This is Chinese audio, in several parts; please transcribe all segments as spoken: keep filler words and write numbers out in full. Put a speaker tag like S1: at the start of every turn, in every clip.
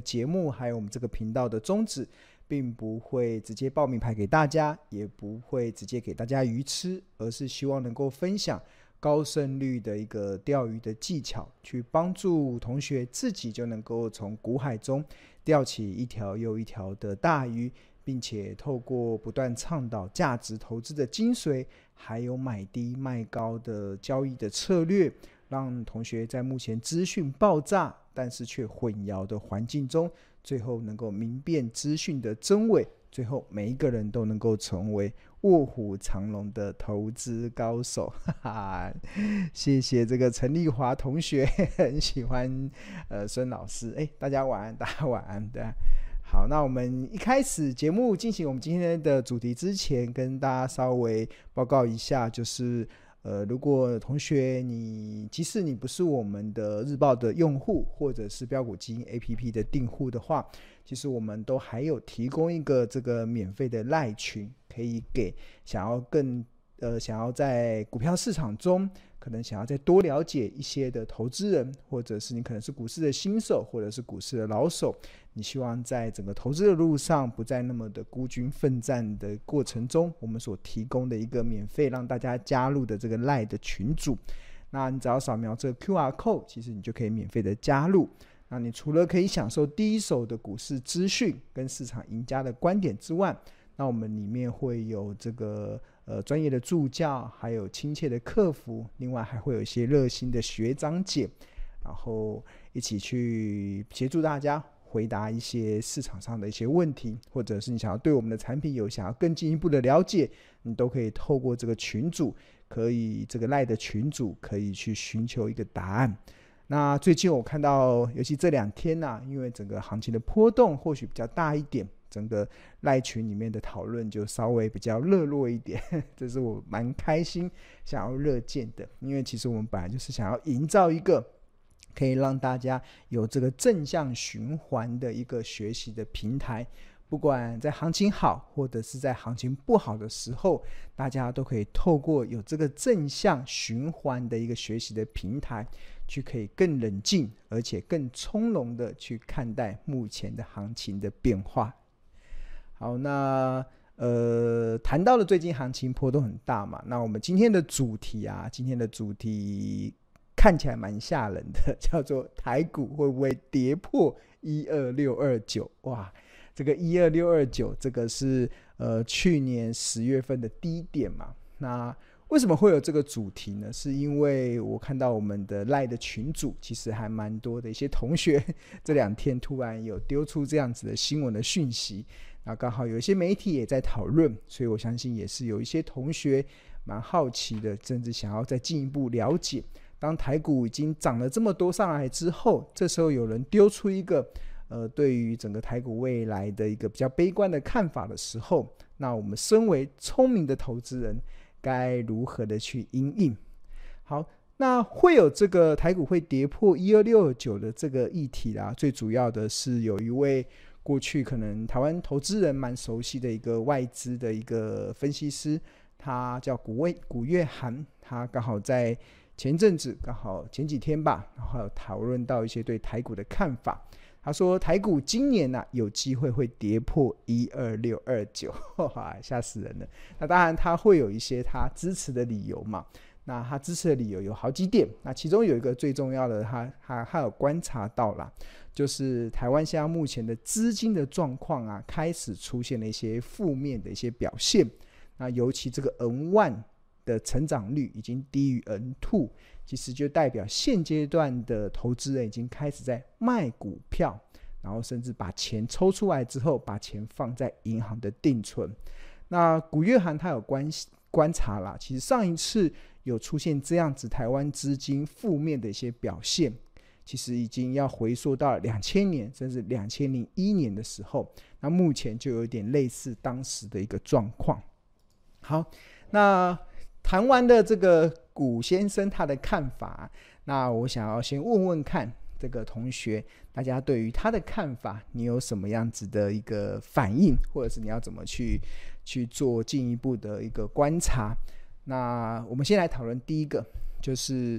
S1: 节目还有我们这个频道的宗旨，并不会直接报名牌给大家，也不会直接给大家鱼吃，而是希望能够分享高胜率的一个钓鱼的技巧，去帮助同学自己就能够从股海中钓起一条又一条的大鱼，并且透过不断倡导价值投资的精髓，还有买低卖高的交易的策略，让同学在目前资讯爆炸但是却混淆的环境中，最后能够明辨资讯的真伪，最后每一个人都能够成为卧虎藏龙的投资高手。哈哈，谢谢这个陈丽华同学，很喜欢呃孙老师。哎，大家晚安，大家晚安。对，好，那我们一开始节目进行我们今天的主题之前，跟大家稍微报告一下，就是呃，如果同学你即使你不是我们的日报的用户，或者是标股基金 A P P 的订户的话，其实我们都还有提供一个这个免费的赖群，可以给想要更呃想要在股票市场中可能想要再多了解一些的投资人，或者是你可能是股市的新手，或者是股市的老手，你希望在整个投资的路上不再那么的孤军奋战的过程中，我们所提供的一个免费让大家加入的这个 LINE 的群组，那你只要扫描这个 Q R code， 其实你就可以免费的加入。那你除了可以享受第一手的股市资讯跟市场赢家的观点之外，那我们里面会有这个呃专业的助教，还有亲切的客服，另外还会有一些热心的学长姐，然后一起去协助大家回答一些市场上的一些问题，或者是你想要对我们的产品有想要更进一步的了解，你都可以透过这个群组，可以这个 LINE 的群组可以去寻求一个答案。那最近我看到尤其这两天啊，因为整个行情的波动或许比较大一点，整个 LINE 群里面的讨论就稍微比较热络一点，这是我蛮开心想要热见的，因为其实我们本来就是想要营造一个可以让大家有这个正向循环的一个学习的平台，不管在行情好或者是在行情不好的时候，大家都可以透过有这个正向循环的一个学习的平台，去可以更冷静而且更从容的去看待目前的行情的变化。好，那呃，谈到了最近行情波动很大嘛，那我们今天的主题啊，今天的主题看起来蛮吓人的，叫做台股会不会跌破一二六二九？哇，这个一二六二九，这个是呃去年十月份的低点嘛。那为什么会有这个主题呢？是因为我看到我们的 LINE 的群组其实还蛮多的一些同学这两天突然有丢出这样子的新闻的讯息，那刚好有一些媒体也在讨论，所以我相信也是有一些同学蛮好奇的，甚至想要再进一步了解，当台股已经涨了这么多上来之后，这时候有人丢出一个呃，对于整个台股未来的一个比较悲观的看法的时候，那我们身为聪明的投资人该如何的去因应。好，那会有这个台股会跌破一二六九的这个议题啦，最主要的是有一位过去可能台湾投资人蛮熟悉的一个外资的一个分析师，他叫古魏古月涵，他刚好在前阵子刚好前几天吧，然后有讨论到一些对台股的看法。他说台股今年啊有机会会跌破一二六二九，吓死人了。那当然他会有一些他支持的理由嘛，那他支持的理由有好几点，那其中有一个最重要的，他他他有观察到啦，就是台湾现在目前的资金的状况啊，开始出现了一些负面的一些表现。那尤其这个 N 一 的成长率已经低于 N 二， 其实就代表现阶段的投资人已经开始在卖股票，然后甚至把钱抽出来之后把钱放在银行的定存。那古月涵他有 观, 观察啦，其实上一次有出现这样子台湾资金负面的一些表现，其实已经要回溯到两千年甚至二零零一年的时候，那目前就有点类似当时的一个状况。好，那谈完的这个古先生他的看法，那我想要先问问看这个同学，大家对于他的看法你有什么样子的一个反应，或者是你要怎么去去做进一步的一个观察。那我们先来讨论第一个，就是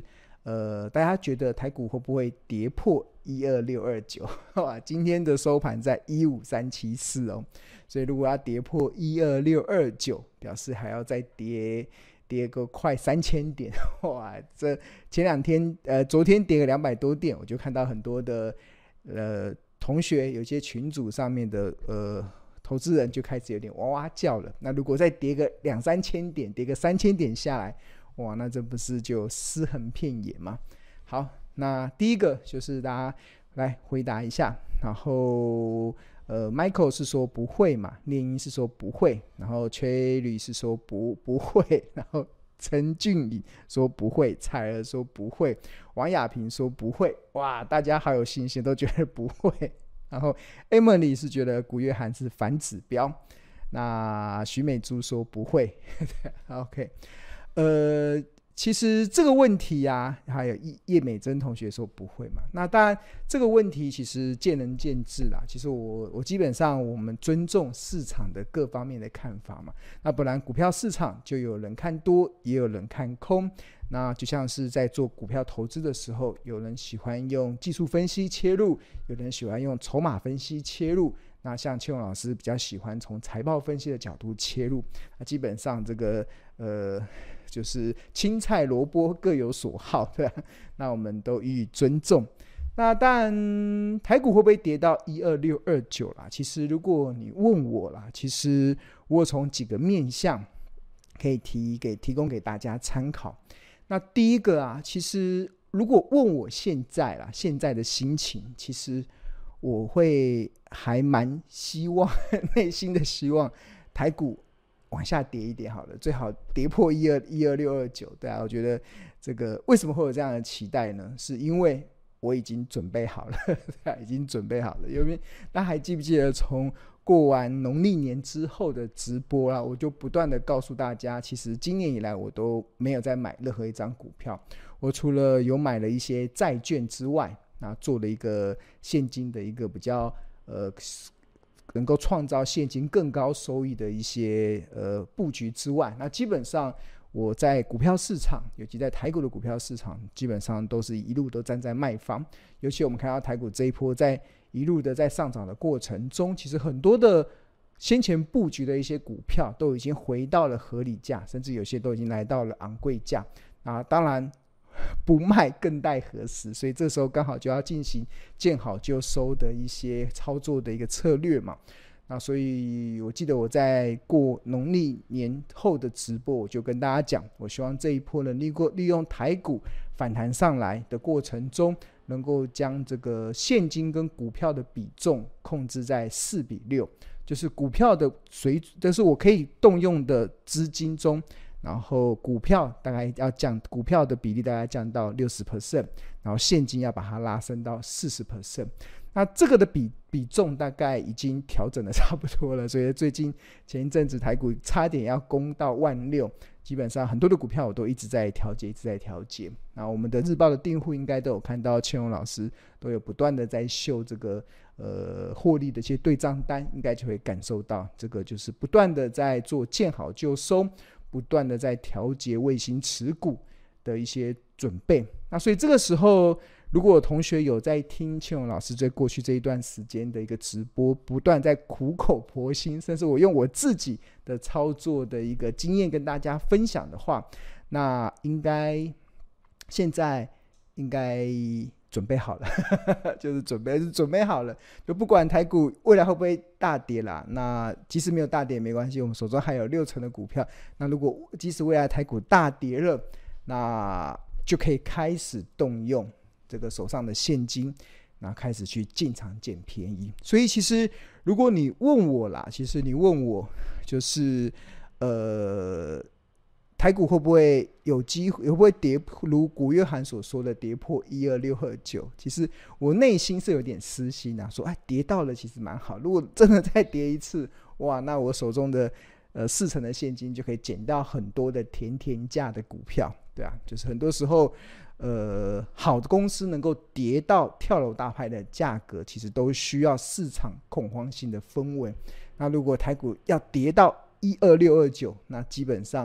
S1: 呃，大家觉得台股会不会跌破一二六二九？哇，今天的收盘在一五三七四哦，所以如果要跌破一二六二九，表示还要再跌跌个快三千点。哇，这前两天呃，昨天跌个两百多点，我就看到很多的呃同学，有些群组上面的呃投资人就开始有点哇哇叫了。那如果再跌个两三千点，跌个三千点下来，哇，那这不是就尸横遍野吗？好，那第一个就是大家来回答一下，然后呃 Michael 是说不会嘛，猎鹰是说不会，然后 Cherry 是说不不会，然后陈俊宇说不会，彩儿说不会，王亚平说不会，哇，大家好有信心，都觉得不会。然后 Emily 是觉得古月涵是反指标，那徐美珠说不会。OK， 呃，其实这个问题啊，还有叶美珍同学说不会嘛，那当然这个问题其实见仁见智啦。其实我我基本上我们尊重市场的各方面的看法嘛。那不然股票市场就有人看多，也有人看空。那就像是在做股票投资的时候，有人喜欢用技术分析切入，有人喜欢用筹码分析切入。那像邱老师比较喜欢从财报分析的角度切入。那基本上这个呃。就是青菜萝卜各有所好，对吧？那我们都予以尊重。那当然台股会不会跌到一二六二九啦？其实如果你问我啦，其实我从几个面向可以提给提供给大家参考。那第一个啊，其实如果问我现在啦，现在的心情，其实我会还蛮希望内心的希望台股往下跌一点好了，最好跌破一二六二九。对啊，我觉得这个为什么会有这样的期待呢？是因为我已经准备好了，已经准备好了。因为大家还记不记得从过完农历年之后的直播啦，我就不断的告诉大家，其实今年以来我都没有再买任何一张股票，我除了有买了一些债券之外，那做了一个现金的一个比较呃。能够创造现金更高收益的一些呃布局之外，那基本上我在股票市场，尤其在台股的股票市场，基本上都是一路都站在卖方。尤其我们看到台股这一波在一路的在上涨的过程中，其实很多的先前布局的一些股票都已经回到了合理价，甚至有些都已经来到了昂贵价。那当然不卖更待何时，所以这时候刚好就要进行见好就收的一些操作的一个策略嘛。那所以我记得我在过农历年后的直播，我就跟大家讲，我希望这一波能利用台股反弹上来的过程中，能够将这个现金跟股票的比重控制在四比六，就是股票的水，就是我可以动用的资金中，然后股票大概要降，股票的比例大概降到 百分之六十， 然后现金要把它拉升到 百分之四十。 那这个的 比, 比重大概已经调整的差不多了，所以最近前一阵子台股差点要攻到万六，基本上很多的股票我都一直在调节一直在调节。那我们的日报的订户应该都有看到千荣老师都有不断的在秀这个呃获利的一些对账单，应该就会感受到这个就是不断的在做见好就收，不断的在调节卫星持股的一些准备。那所以这个时候如果有同学有在听庆荣老师在过去这一段时间的一个直播，不断在苦口婆心，甚至我用我自己的操作的一个经验跟大家分享的话，那应该现在应该准备好了就是准备准备好了，就不管台股未来会不会大跌啦，那即使没有大跌也没关系，我们手中还有六成的股票，那如果即使未来台股大跌了，那就可以开始动用这个手上的现金，然后开始去进场捡便宜。所以其实如果你问我啦，其实你问我就是呃台股会不会有机会，会不会跌如古约翰所说的跌破一二六二九，其实我内心是有点私心啊，说哎跌到了其实蛮好，如果真的再跌一次，哇，那我手中的呃四成的现金就可以捡到很多的甜甜价的股票，对啊，就是很多时候呃好的公司能够跌到跳楼大拍的价格，其实都需要市场恐慌性的氛围。那如果台股要跌到一二六二九，那基本上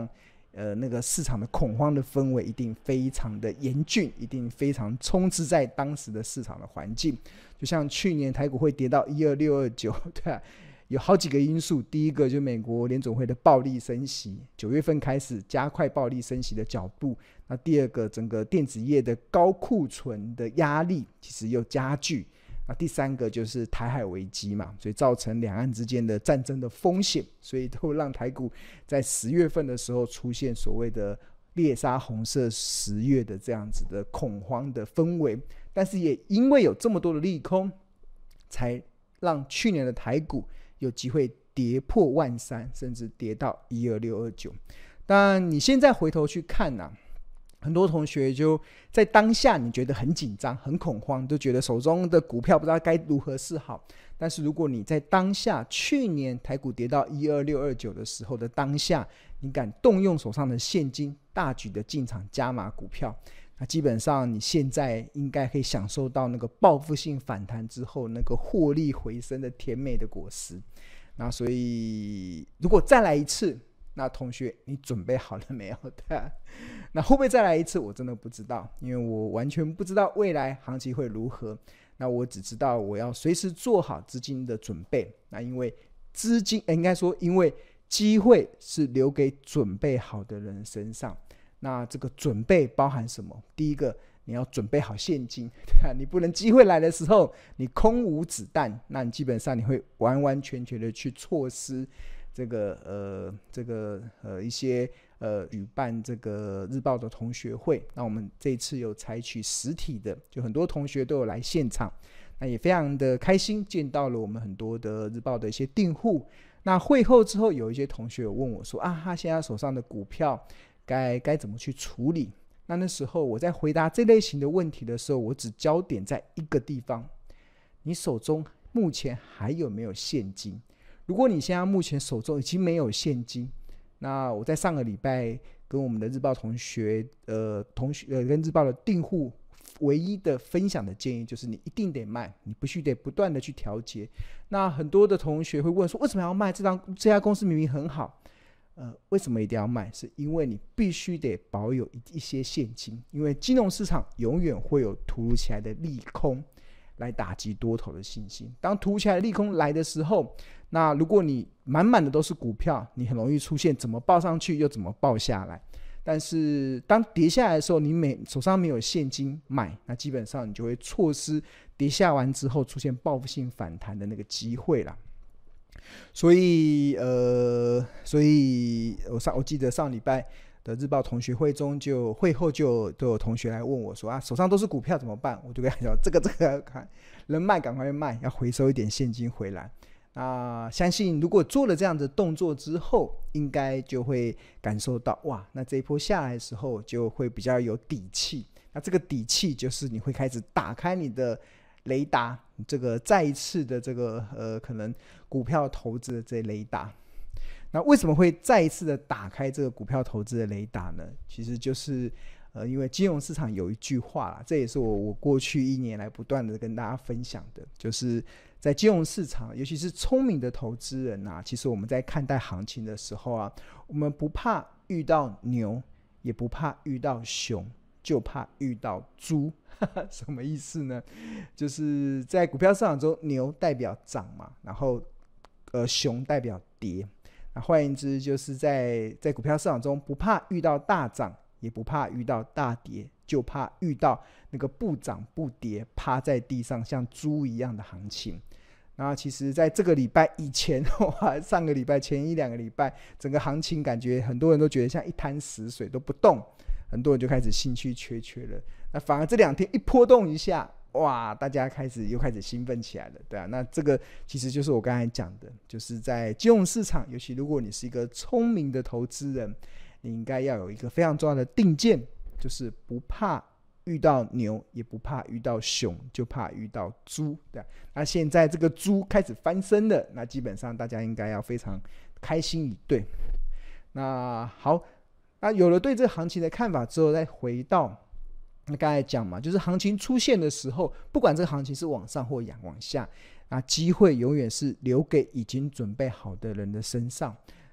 S1: 呃，那个市场的恐慌的氛围一定非常的严峻，一定非常充斥在当时的市场的环境。就像去年台股会跌到一二六二九，对啊，有好几个因素。第一个就是美国联总会的暴力升息，九月份开始加快暴力升息的脚步。那第二个，整个电子业的高库存的压力其实又加剧。那第三个就是台海危机嘛，所以造成两岸之间的战争的风险，所以都让台股在十月份的时候出现所谓的猎杀红色十月的这样子的恐慌的氛围。但是也因为有这么多的利空，才让去年的台股有机会跌破万三，甚至跌到一二六二九。当然你现在回头去看啊，很多同学就在当下你觉得很紧张很恐慌，都觉得手中的股票不知道该如何是好。但是如果你在当下去年台股跌到一二六二九的时候的当下，你敢动用手上的现金大举的进场加码股票，那基本上你现在应该可以享受到那个报复性反弹之后那个获利回升的甜美的果实。那所以如果再来一次，那同学你准备好了没有？对啊，那会不会再来一次我真的不知道，因为我完全不知道未来行情会如何。那我只知道我要随时做好资金的准备。那因为资金应该说因为机会是留给准备好的人身上。那这个准备包含什么？第一个，你要准备好现金，对啊，你不能机会来的时候你空无子弹，那你基本上你会完完全全的去错失这个呃这个呃一些呃举办这个日报的同学会。那我们这一次有采取实体的，就很多同学都有来现场，那也非常的开心，见到了我们很多的日报的一些订户。那会后之后，有一些同学有问我说啊，他现在手上的股票该该怎么去处理？那那时候我在回答这类型的问题的时候，我只焦点在一个地方：你手中目前还有没有现金？如果你现在目前手中已经没有现金，那我在上个礼拜跟我们的日报同学呃同学呃跟日报的订户唯一的分享的建议就是你一定得卖，你必须得不断的去调节。那很多的同学会问说为什么要卖？这张这家公司明明很好，呃，为什么一定要卖？是因为你必须得保有一些现金，因为金融市场永远会有突如其来的利空来打击多头的信心。当突如其来的利空来的时候，那如果你满满的都是股票，你很容易出现怎么报上去又怎么报下来。但是当跌下来的时候，你每手上没有现金买，那基本上你就会错失跌下完之后出现报复性反弹的那个机会啦。所以呃，所以我上我记得上礼拜的日报同学会中就会后就都有同学来问我说啊，手上都是股票怎么办？我就跟他讲这个这个看能卖赶快卖，要回收一点现金回来。那相信如果做了这样的动作之后，应该就会感受到哇，那这一波下来的时候就会比较有底气。那这个底气就是你会开始打开你的雷达，这个再一次的这个呃可能股票投资的这雷达。那为什么会再一次的打开这个股票投资的雷达呢？其实就是呃，因为金融市场有一句话啦，这也是我我过去一年来不断的跟大家分享的，就是在金融市场，尤其是聪明的投资人啊，其实我们在看待行情的时候啊，我们不怕遇到牛，也不怕遇到熊，就怕遇到猪。什么意思呢？就是在股票市场中，牛代表涨嘛，然后呃熊代表跌。那换言之，就是在在股票市场中，不怕遇到大涨，也不怕遇到大跌，就怕遇到那个不涨不跌趴在地上像猪一样的行情。那其实在这个礼拜以前，上个礼拜前一两个礼拜，整个行情感觉很多人都觉得像一滩死水都不动，很多人就开始兴趣缺缺了。那反而这两天一波动一下，哇，大家开始又开始兴奋起来了，对啊，那这个其实就是我刚才讲的，就是在金融市场，尤其如果你是一个聪明的投资人，你应该要有一个非常重要的定见，就是不怕遇到牛，也不怕遇到熊，就怕遇到猪，对啊，那现在这个猪开始翻身了，那基本上大家应该要非常开心以对。那好，那有了对这个行情的看法之后，再回到那刚才讲嘛，就是行情出现的时候，不管这个行情是往上或往下，那机会永远是留给已经准备好的人的身上。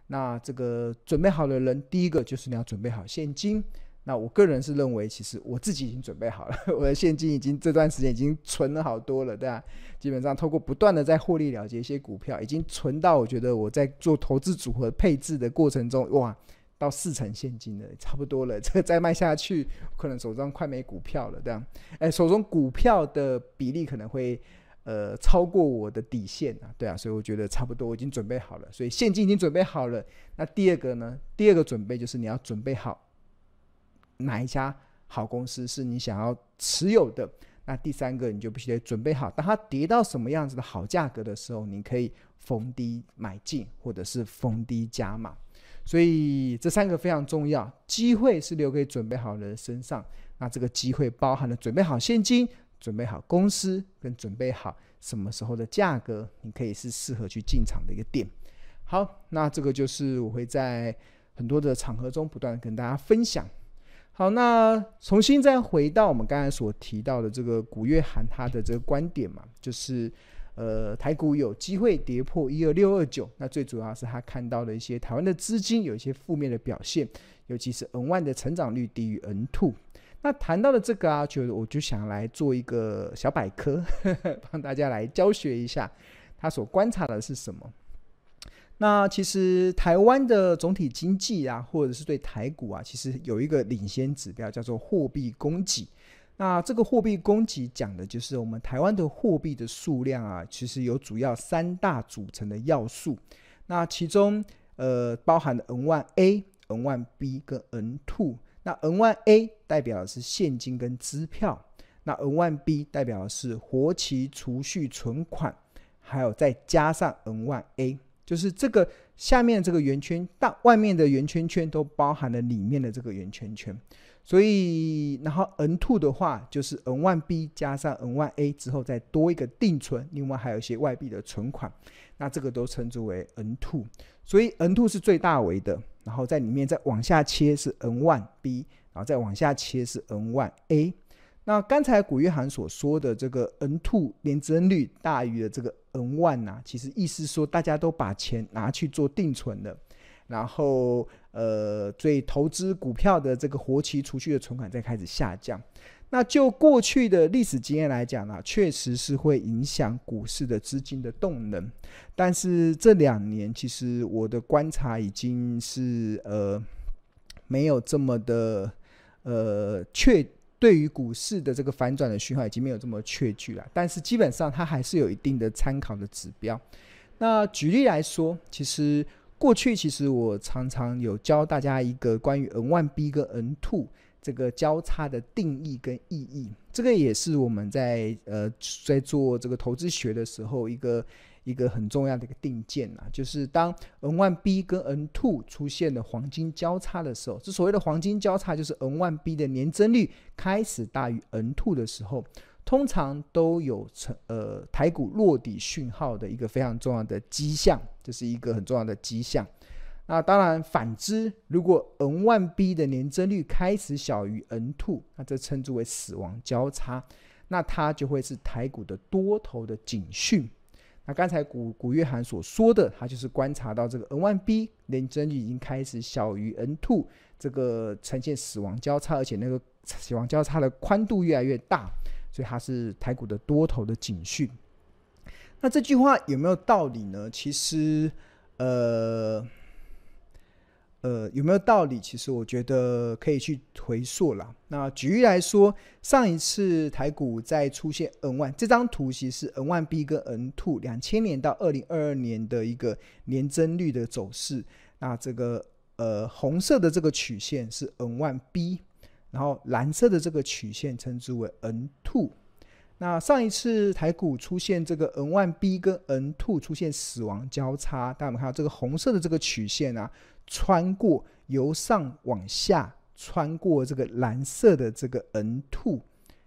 S1: 那这个准备好的人，第一个就是你要准备好现金。那我个人是认为，其实我自己已经准备好了，我的现金已经这段时间已经存了好多了，对吧？基本上透过不断的在获利了结一些股票，已经存到我觉得我在做投资组合配置的过程中，哇，到四成现金了，差不多了。这个再卖下去，可能手上快没股票了，这样，哎，手中股票的比例可能会呃超过我的底线啊，对啊，所以我觉得差不多，我已经准备好了，所以现金已经准备好了。那第二个呢？第二个准备就是你要准备好哪一家好公司是你想要持有的。那第三个，你就必须得准备好，当它跌到什么样子的好价格的时候，你可以逢低买进，或者是逢低加码。所以这三个非常重要，机会是留给准备好的人身上。那这个机会包含了准备好现金、准备好公司，跟准备好什么时候的价格，你可以是适合去进场的一个点。好，那这个就是我会在很多的场合中不断跟大家分享。好，那重新再回到我们刚才所提到的这个古月涵他的这个观点嘛，就是呃台股有机会跌破一二六二九，那最主要是他看到的一些台湾的资金有一些负面的表现，尤其是 N 一 的成长率低于 N 二。那谈到了这个啊，就我就想来做一个小百科，呵呵帮大家来教学一下他所观察的是什么。那其实台湾的总体经济啊，或者是对台股啊，其实有一个领先指标叫做货币供给。那这个货币供给讲的就是我们台湾的货币的数量啊，其实有主要三大组成的要素。那其中呃包含了 N 一 A、N 一 B 跟 N 二。那 N 一 A 代表的是现金跟支票，那 N 一 B 代表的是活期储蓄存款，还有再加上 N 一 A。就是这个下面这个圆圈，大外面的圆圈圈都包含了里面的这个圆圈圈，所以然后 N 二 的话就是 N 一 B 加上 N 一 A 之后再多一个定存，另外还有一些外币的存款，那这个都称之为 N 二。所以 N 二 是最大为的，然后在里面再往下切是 N 一 B， 然后再往下切是 N 一 A。那刚才古月涵所说的这个 N 二 年增率大于的这个 N 一 啊，其实意思说大家都把钱拿去做定存了，然后呃，所以投资股票的这个活期储蓄的存款再开始下降。那就过去的历史经验来讲啊，确实是会影响股市的资金的动能，但是这两年其实我的观察已经是呃没有这么的呃确对于股市的这个反转的讯号已经没有这么确据了，但是基本上它还是有一定的参考的指标。那举例来说，其实过去其实我常常有教大家一个关于 N 一 B 跟 N 二 这个交叉的定义跟意义，这个也是我们在呃在做这个投资学的时候一个一个很重要的一个定见啊，就是当 N 一 B 跟 N 二 出现了黄金交叉的时候，这所谓的黄金交叉就是 N 一 B 的年增率开始大于 N 二 的时候，通常都有呃台股落底讯号的一个非常重要的迹象，这是一个很重要的迹象。那当然反之，如果 N 一 B 的年增率开始小于 N 二， 那这称之为死亡交叉，那它就会是台股的多头的警讯。那刚才 古, 古月涵所说的，他就是观察到这个 N 一 B 年增率已经开始小于 N 二， 这个呈现死亡交叉，而且那个死亡交叉的宽度越来越大，所以它是台股的多头的警讯。那这句话有没有道理呢？其实呃呃，有没有道理？其实我觉得可以去回溯啦。那举例来说，上一次台股在出现 N 一， 这张图其实是 N 一 B 跟 N 二 两千年到二零二二年的一个年增率的走势。那这个呃红色的这个曲线是 N 一 B， 然后蓝色的这个曲线称之为 N 二。那上一次台股出现这个 N 一 B 跟 N 二 出现死亡交叉，大家有没有看到这个红色的这个曲线啊，穿过由上往下穿过这个蓝色的这个 N 二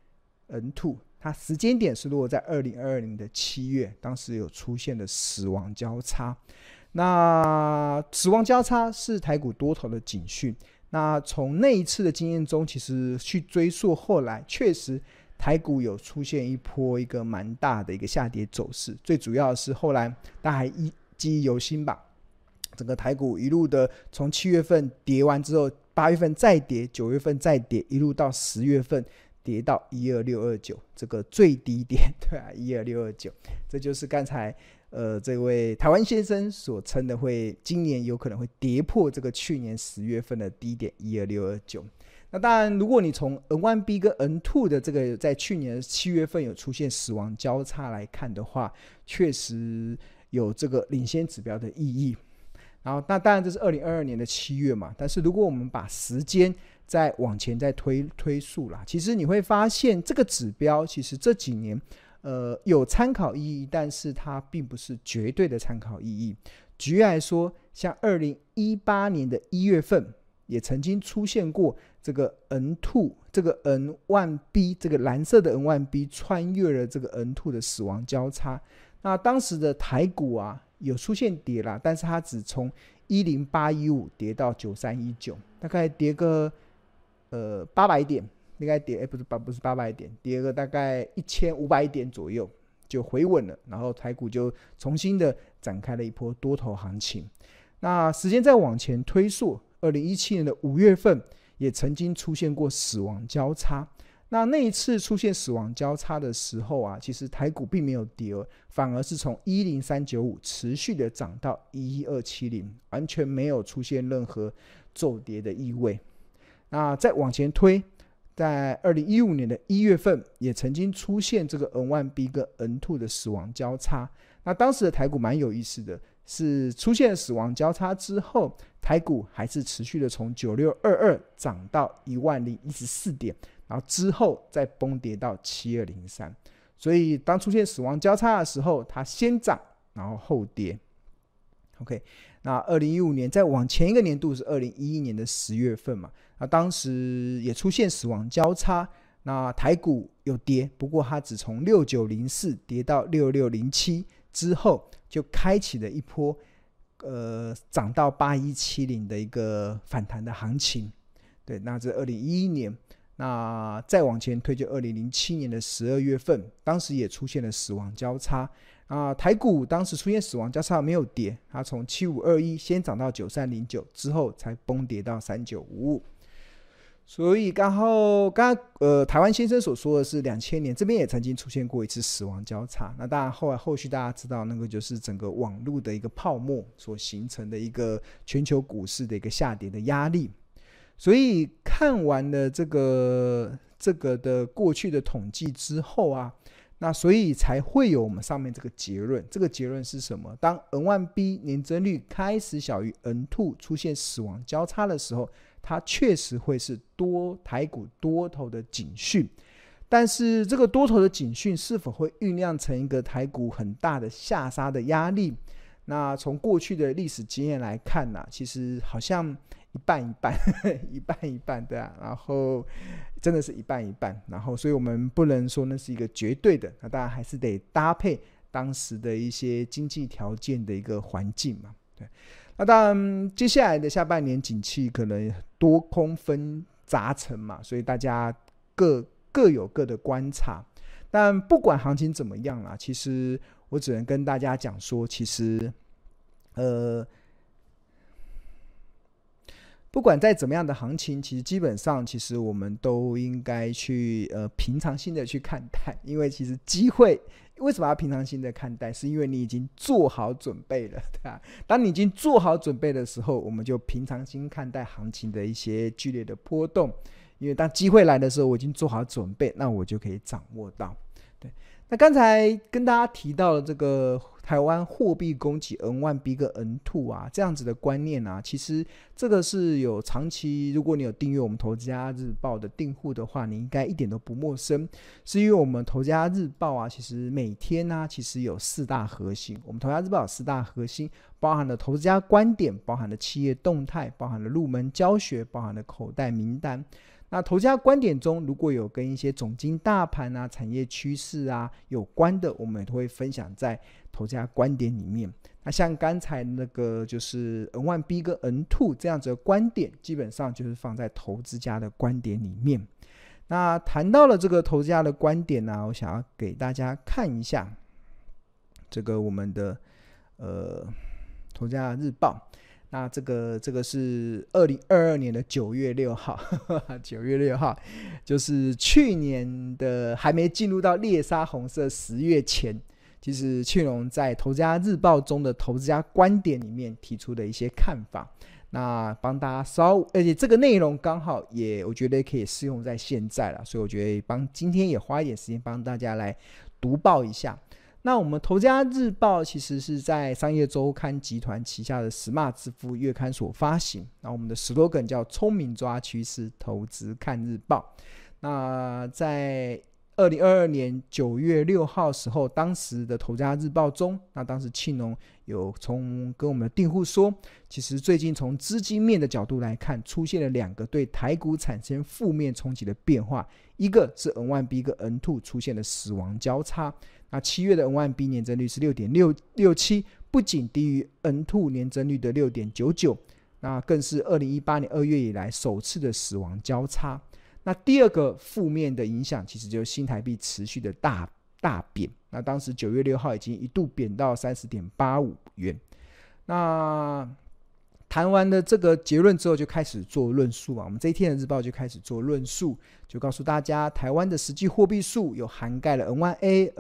S1: N 二， 它时间点是落在二零二二年的七月，当时有出现的死亡交叉。那死亡交叉是台股多头的警讯。那从那一次的经验中，其实去追溯后来，确实台股有出现一波一个蛮大的一个下跌走势。最主要的是后来大家还记忆犹新吧， 整个台股一路的从七月份跌完之后，八月份再跌，九月份再跌，一路到十月份跌到一二六二九，这个最低点，对啊，一二六二九，这就是刚才呃这位台湾先生所称的会今年有可能会跌破这个去年十月份的低点一二六二九。那当然，如果你从 N 一 B 跟 N 二 的这个在去年七月份有出现死亡交叉来看的话，确实有这个领先指标的意义。然后那当然这是二零二二年的七月嘛，但是如果我们把时间再往前再推推溯啦，其实你会发现这个指标其实这几年呃有参考意义，但是它并不是绝对的参考意义。举例来说，像二零一八年的一月份也曾经出现过这个 N 二 这个 N 一 B 这个蓝色的 N 一 B 穿越了这个 N 二 的死亡交叉。那当时的台股啊有出现跌啦，但是它只从一零八一五跌到九三一九，大概跌个呃八百点，应该跌、欸、不是不是八百点，跌个大概一千五百点左右就回稳了，然后台股就重新的展开了一波多头行情。那时间再往前推溯，二零一七年的五月份也曾经出现过死亡交叉。那那一次出现死亡交叉的时候啊，其实台股并没有跌，反而是从一零三九五持续的涨到一一二七零，完全没有出现任何骤跌的意味。那再往前推，在二零一五年的一月份也曾经出现这个 N 一 B 跟 N 二 的死亡交叉。那当时的台股蛮有意思的，是出现死亡交叉之后，台股还是持续的从九六二二涨到一万零一十四点，然后之后再崩跌到七二零三。所以当出现死亡交叉的时候，它先涨然后后跌。 OK， 那二零一五年再往前一个年度是二零一一年的十月份嘛，那当时也出现死亡交叉，那台股有跌，不过它只从六九零四跌到六六零七，之后就开启了一波呃涨到八一七零的一个反弹的行情。对，那这二零一一年，那再往前推就二零零七年的十二月份，当时也出现了死亡交叉。啊，台股当时出现死亡交叉没有跌，它从七五二一先涨到九三零九，之后才崩跌到三九五五。所以刚好刚刚呃台湾先生所说的是两千年这边也曾经出现过一次死亡交叉。那当然后来后续大家知道那个就是整个网络的一个泡沫所形成的一个全球股市的一个下跌的压力。所以看完了这个这个的过去的统计之后啊，那所以才会有我们上面这个结论。这个结论是什么？当 N 一 B 年增率开始小于 N 二 出现死亡交叉的时候，它确实会是多台股多头的警讯。但是这个多头的警讯是否会酝酿成一个台股很大的下杀的压力？那从过去的历史经验来看啊，其实好像一半一半一半一半，对啊，然后真的是一半一半，然后所以我们不能说那是一个绝对的，那当然还是得搭配当时的一些经济条件的一个环境嘛。对，那当然接下来的下半年景气可能多空分杂陈嘛，所以大家各各有各的观察。但不管行情怎么样啦，其实我只能跟大家讲说，其实呃不管再怎么样的行情，其实基本上其实我们都应该去呃平常心的去看待。因为其实机会为什么要平常心的看待，是因为你已经做好准备了，对吧？当你已经做好准备的时候，我们就平常心看待行情的一些剧烈的波动。因为当机会来的时候，我已经做好准备，那我就可以掌握到。对，那刚才跟大家提到的这个台湾货币供给 N 一 B 跟 N 二 啊，这样子的观念啊，其实这个是有长期，如果你有订阅我们投资家日报的订户的话，你应该一点都不陌生。是因为我们投资家日报啊，其实每天啊其实有四大核心。我们投资家日报有四大核心，包含了投资家观点，包含了企业动态，包含了入门教学，包含了口袋名单。那投资家观点中，如果有跟一些总经大盘啊、产业趋势啊有关的，我们也都会分享在投资家观点里面。那像刚才那个就是 N 一 B 跟 N 二 这样子的观点，基本上就是放在投资家的观点里面。那谈到了这个投资家的观点呢、啊，我想要给大家看一下这个我们的呃投资家日报。 那这个这个是二零二二年的九月六号，九月六号就是去年的还没进入到猎杀红色十月前，其实庆荣在投资家日报中的投资家观点里面提出的一些看法，那帮大家稍，而且这个内容刚好也我觉得可以适用在现在了，所以我觉得帮今天也花一点时间帮大家来读报一下。那我们投资家日报其实是在商业周刊集团旗下的 Smart 致富月刊所发行，那我们的 slogan 叫聪明抓趋势，投资看日报。那在二零二二年九月六号时候，当时的投资家日报中，那当时庆农有从跟我们的订户说，其实最近从资金面的角度来看，出现了两个对台股产生负面冲击的变化，一个是 N 一 B 跟 N 二 出现了死亡交叉，那七月的 N 一 B 年增率是 六点六七， 不仅低于 N 二 年增率的 六点九九， 那更是二零一八年二月以来首次的死亡交叉。那第二个负面的影响其实就是新台币持续的大大贬，那当时九月六号已经一度贬到 三十点八五元。那谈完了这个结论之后，就开始做论述嘛。我们这一天的日报就开始做论述，就告诉大家台湾的实际货币数有涵盖了 N 一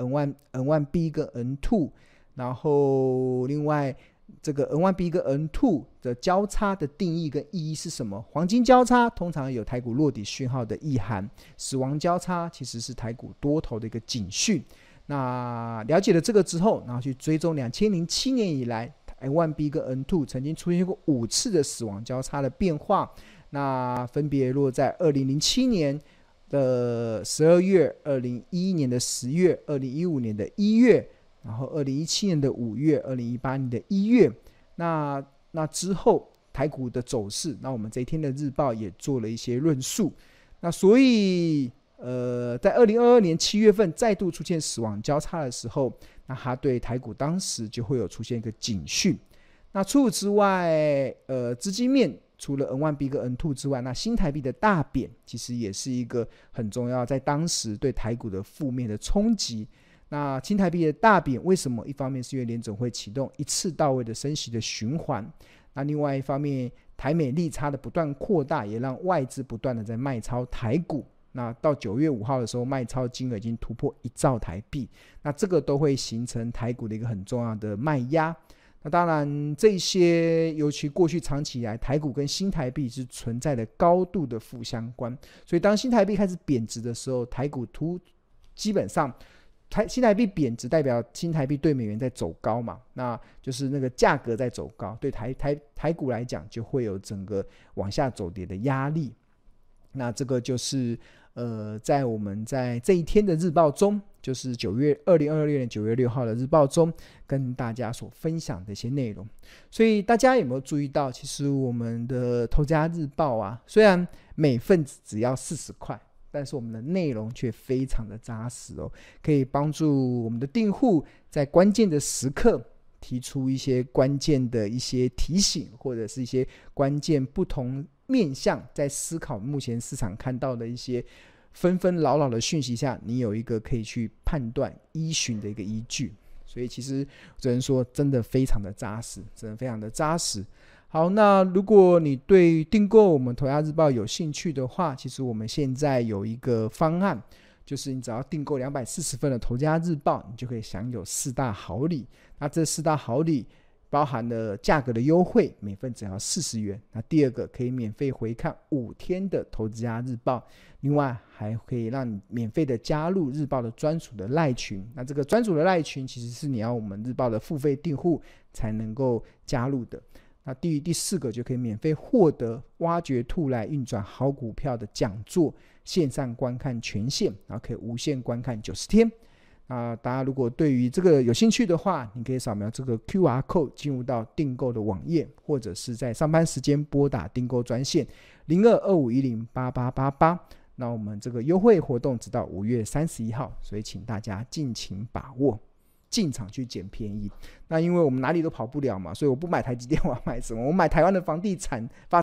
S1: A、N 一 B 跟 N 二， 然后另外这个 N 一 B 跟 N 二 的交叉的定义跟意义是什么？黄金交叉通常有台股落底讯号的意涵，死亡交叉其实是台股多头的一个警讯。那了解了这个之后，然后去追踪两千零七年以来N 一 B 跟 N 二 曾经出现过五次的死亡交叉的变化，那分别落在二零零七年的十二月、二零一一年的十月、二零一五年的一月，然后二零一七年的五月、二零一八年的一月。那那之后台股的走势，那我们这一天的日报也做了一些论述。那所以呃，在二零二二年七月份再度出现死亡交叉的时候，那它对台股当时就会有出现一个警讯。那除此之外，呃，资金面除了 N 一 B 跟 N 二 之外，那新台币的大贬其实也是一个很重要，在当时对台股的负面的冲击。那新台币的大贬为什么？一方面是因为联准会启动一次到位的升息的循环，那另外一方面台美利差的不断扩大，也让外资不断的在卖超台股。那到九月五号的时候，卖超金额已经突破一兆台币，那这个都会形成台股的一个很重要的卖压。那当然这些尤其过去长期以来台股跟新台币是存在的高度的负相关，所以当新台币开始贬值的时候，台股突基本上台新台币贬值代表新台币对美元在走高嘛，那就是那个价格在走高，对 台, 台, 台股来讲就会有整个往下走跌的压力。那这个就是呃，在我们在这一天的日报中，就是九月二零二六年九月六号的日报中跟大家所分享的一些内容。所以大家有没有注意到，其实我们的投资家日报啊，虽然每份只要四十块，但是我们的内容却非常的扎实哦，可以帮助我们的订户在关键的时刻提出一些关键的一些提醒，或者是一些关键不同面向在思考目前市场看到的一些纷纷扰扰的讯息下，你有一个可以去判断依循的一个依据。所以其实只能说真的非常的扎实，真的非常的扎实。好，那如果你对订购我们投资家日报有兴趣的话，其实我们现在有一个方案，就是你只要订购两百四十份的投资家日报，你就可以享有四大好礼。那这四大好礼包含了价格的优惠，每份只要四十元。那第二个可以免费回看五天的投资家日报，另外还可以让你免费的加入日报的专属的赖群。那这个专属的赖群其实是你要我们日报的付费订户才能够加入的。那第第四个就可以免费获得挖掘兔来运转好股票的讲座线上观看权限，然后可以无限观看九十天。啊，大家如果对于这个有兴趣的话，你可以扫描这个 Q R code 进入到订购的网页，或者是在上班时间拨打订购专线零二二五一零八八八八。那我们这个优惠活动直到五月三十一号，所以请大家尽情把握，进场去捡便宜。那因为我们哪里都跑不了嘛，所以我不买台积电，我要买什么？我买台湾的房地产发